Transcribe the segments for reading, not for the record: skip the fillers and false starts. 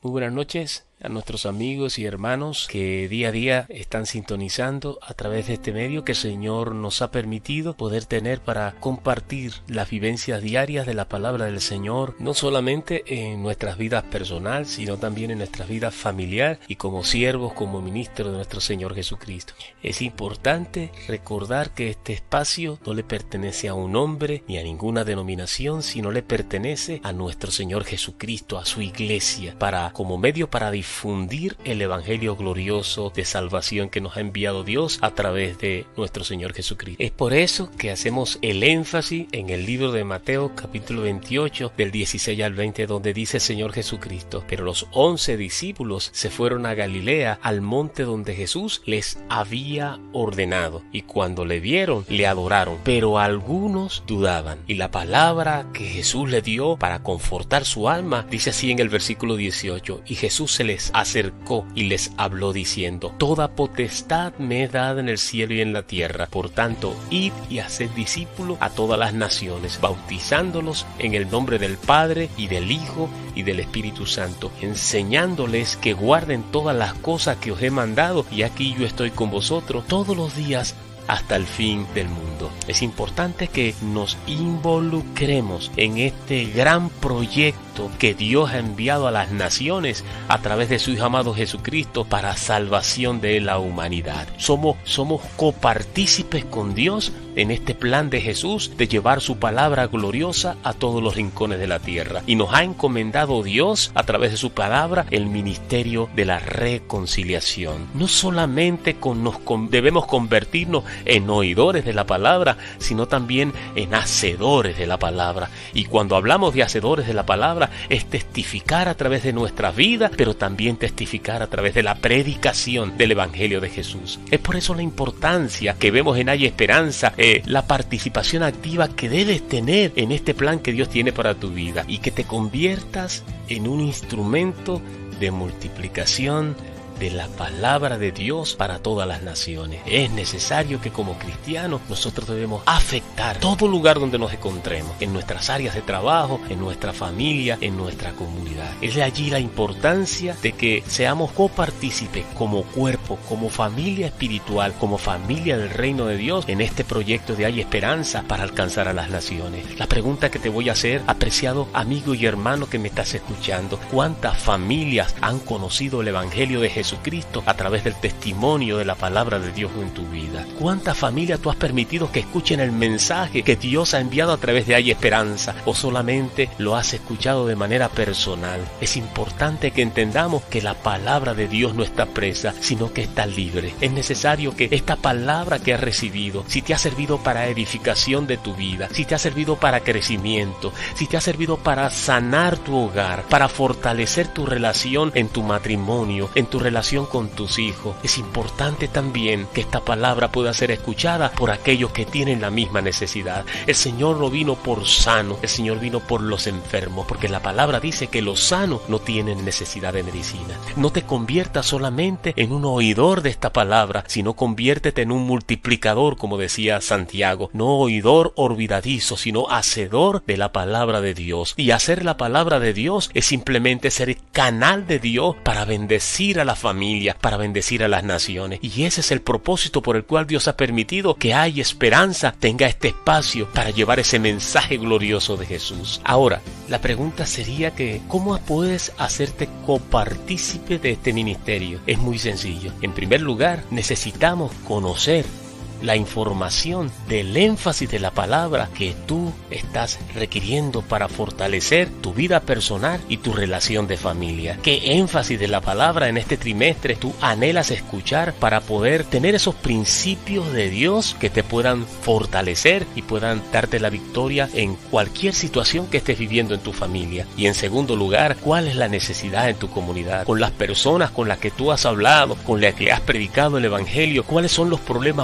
Muy buenas noches a nuestros amigos y hermanos que día a día están sintonizando a través de este medio que el Señor nos ha permitido poder tener para compartir las vivencias diarias de la palabra del Señor, no solamente en nuestras vidas personales, sino también en nuestras vidas familiares y como siervos, como ministros de nuestro Señor Jesucristo. Es importante recordar que este espacio no le pertenece a un hombre ni a ninguna denominación, sino le pertenece a nuestro Señor Jesucristo, a su iglesia, como medio para difundir el evangelio glorioso de salvación que nos ha enviado Dios a través de nuestro Señor Jesucristo. Es por eso que hacemos el énfasis en el libro de Mateo capítulo 28 del 16 al 20, donde dice el Señor Jesucristo: pero los 11 discípulos se fueron a Galilea, al monte donde Jesús les había ordenado, y cuando le vieron le adoraron, pero algunos dudaban. Y la palabra que Jesús le dio para confortar su alma dice así en el versículo 18: y Jesús se les acercó y les habló diciendo: toda potestad me es dada en el cielo y en la tierra. Por tanto, id y haced discípulos a todas las naciones, bautizándolos en el nombre del Padre y del Hijo y del Espíritu Santo, enseñándoles que guarden todas las cosas que os he mandado, y aquí yo estoy con vosotros todos los días hasta el fin del mundo. Es importante que nos involucremos en este gran proyecto que Dios ha enviado a las naciones a través de su Hijo amado Jesucristo para salvación de la humanidad. Somos copartícipes con Dios en este plan de Jesús de llevar su palabra gloriosa a todos los rincones de la tierra. Y nos ha encomendado Dios a través de su palabra el ministerio de la reconciliación. No solamente debemos convertirnos en oidores de la palabra, sino también en hacedores de la palabra. Y cuando hablamos de hacedores de la palabra, es testificar a través de nuestras vidas, pero también testificar a través de la predicación del Evangelio de Jesús. Es por eso la importancia que vemos en Hay Esperanza, la participación activa que debes tener en este plan que Dios tiene para tu vida, y que te conviertas en un instrumento de multiplicación de la palabra de Dios para todas las naciones. Es necesario que como cristianos nosotros debemos afectar todo lugar donde nos encontremos, en nuestras áreas de trabajo, en nuestra familia, en nuestra comunidad. Es de allí la importancia de que seamos copartícipes como cuerpo, como familia espiritual, como familia del reino de Dios en este proyecto de Hay Esperanza para alcanzar a las naciones. La pregunta que te voy a hacer, apreciado amigo y hermano que me estás escuchando: ¿cuántas familias han conocido el Evangelio de Jesucristo a través del testimonio de la palabra de Dios en tu vida? ¿Cuántas familias tú has permitido que escuchen el mensaje que Dios ha enviado a través de Hay Esperanza? ¿O solamente lo has escuchado de manera personal? Es importante que entendamos que la palabra de Dios no está presa, sino que está libre. Es necesario que esta palabra que has recibido, si te ha servido para edificación de tu vida, si te ha servido para crecimiento, si te ha servido para sanar tu hogar, para fortalecer tu relación en tu matrimonio, en tu relación con tus hijos, es importante también que esta palabra pueda ser escuchada por aquellos que tienen la misma necesidad. El Señor no vino por sanos, el Señor vino por los enfermos, porque la palabra dice que los sanos no tienen necesidad de medicina. No te conviertas solamente en un oidor de esta palabra, sino conviértete en un multiplicador, como decía Santiago. No oidor olvidadizo, sino hacedor de la palabra de Dios. Y hacer la palabra de Dios es simplemente ser canal de Dios para bendecir a la familia, para bendecir a las naciones. Y ese es el propósito por el cual Dios ha permitido que Hay Esperanza tenga este espacio para llevar ese mensaje glorioso de Jesús. Ahora, la pregunta sería que ¿cómo puedes hacerte copartícipe de este ministerio? Es muy sencillo. En primer lugar, necesitamos conocer la información del énfasis de la palabra que tú estás requiriendo para fortalecer tu vida personal y tu relación de familia. ¿Qué énfasis de la palabra en este trimestre tú anhelas escuchar para poder tener esos principios de Dios que te puedan fortalecer y puedan darte la victoria en cualquier situación que estés viviendo en tu familia? Y en segundo lugar, ¿cuál es la necesidad en tu comunidad? Con las personas con las que tú has hablado, con las que has predicado el Evangelio, ¿cuáles son los problemas más comunes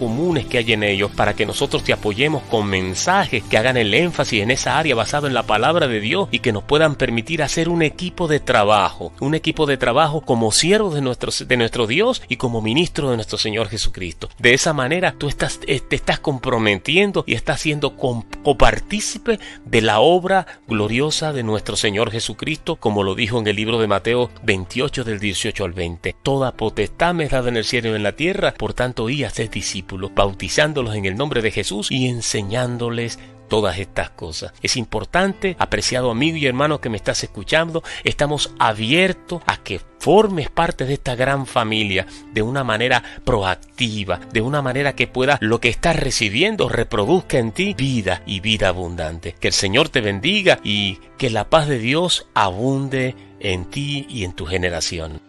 comunes que hay en ellos, para que nosotros te apoyemos con mensajes que hagan el énfasis en esa área basado en la palabra de Dios y que nos puedan permitir hacer un equipo de trabajo como siervos de nuestro Dios y como ministros de nuestro Señor Jesucristo. De esa manera tú te estás comprometiendo y estás siendo copartícipe de la obra gloriosa de nuestro Señor Jesucristo, como lo dijo en el libro de Mateo 28 del 18 al 20. Toda potestad me es dada en el cielo y en la tierra, por tanto id a ser discípulos, bautizándolos en el nombre de Jesús y enseñándoles todas estas cosas. Es importante, apreciado amigo y hermano que me estás escuchando, estamos abiertos a que formes parte de esta gran familia de una manera proactiva, de una manera que pueda lo que estás recibiendo reproduzca en ti vida y vida abundante. Que el Señor te bendiga y que la paz de Dios abunde en ti y en tu generación.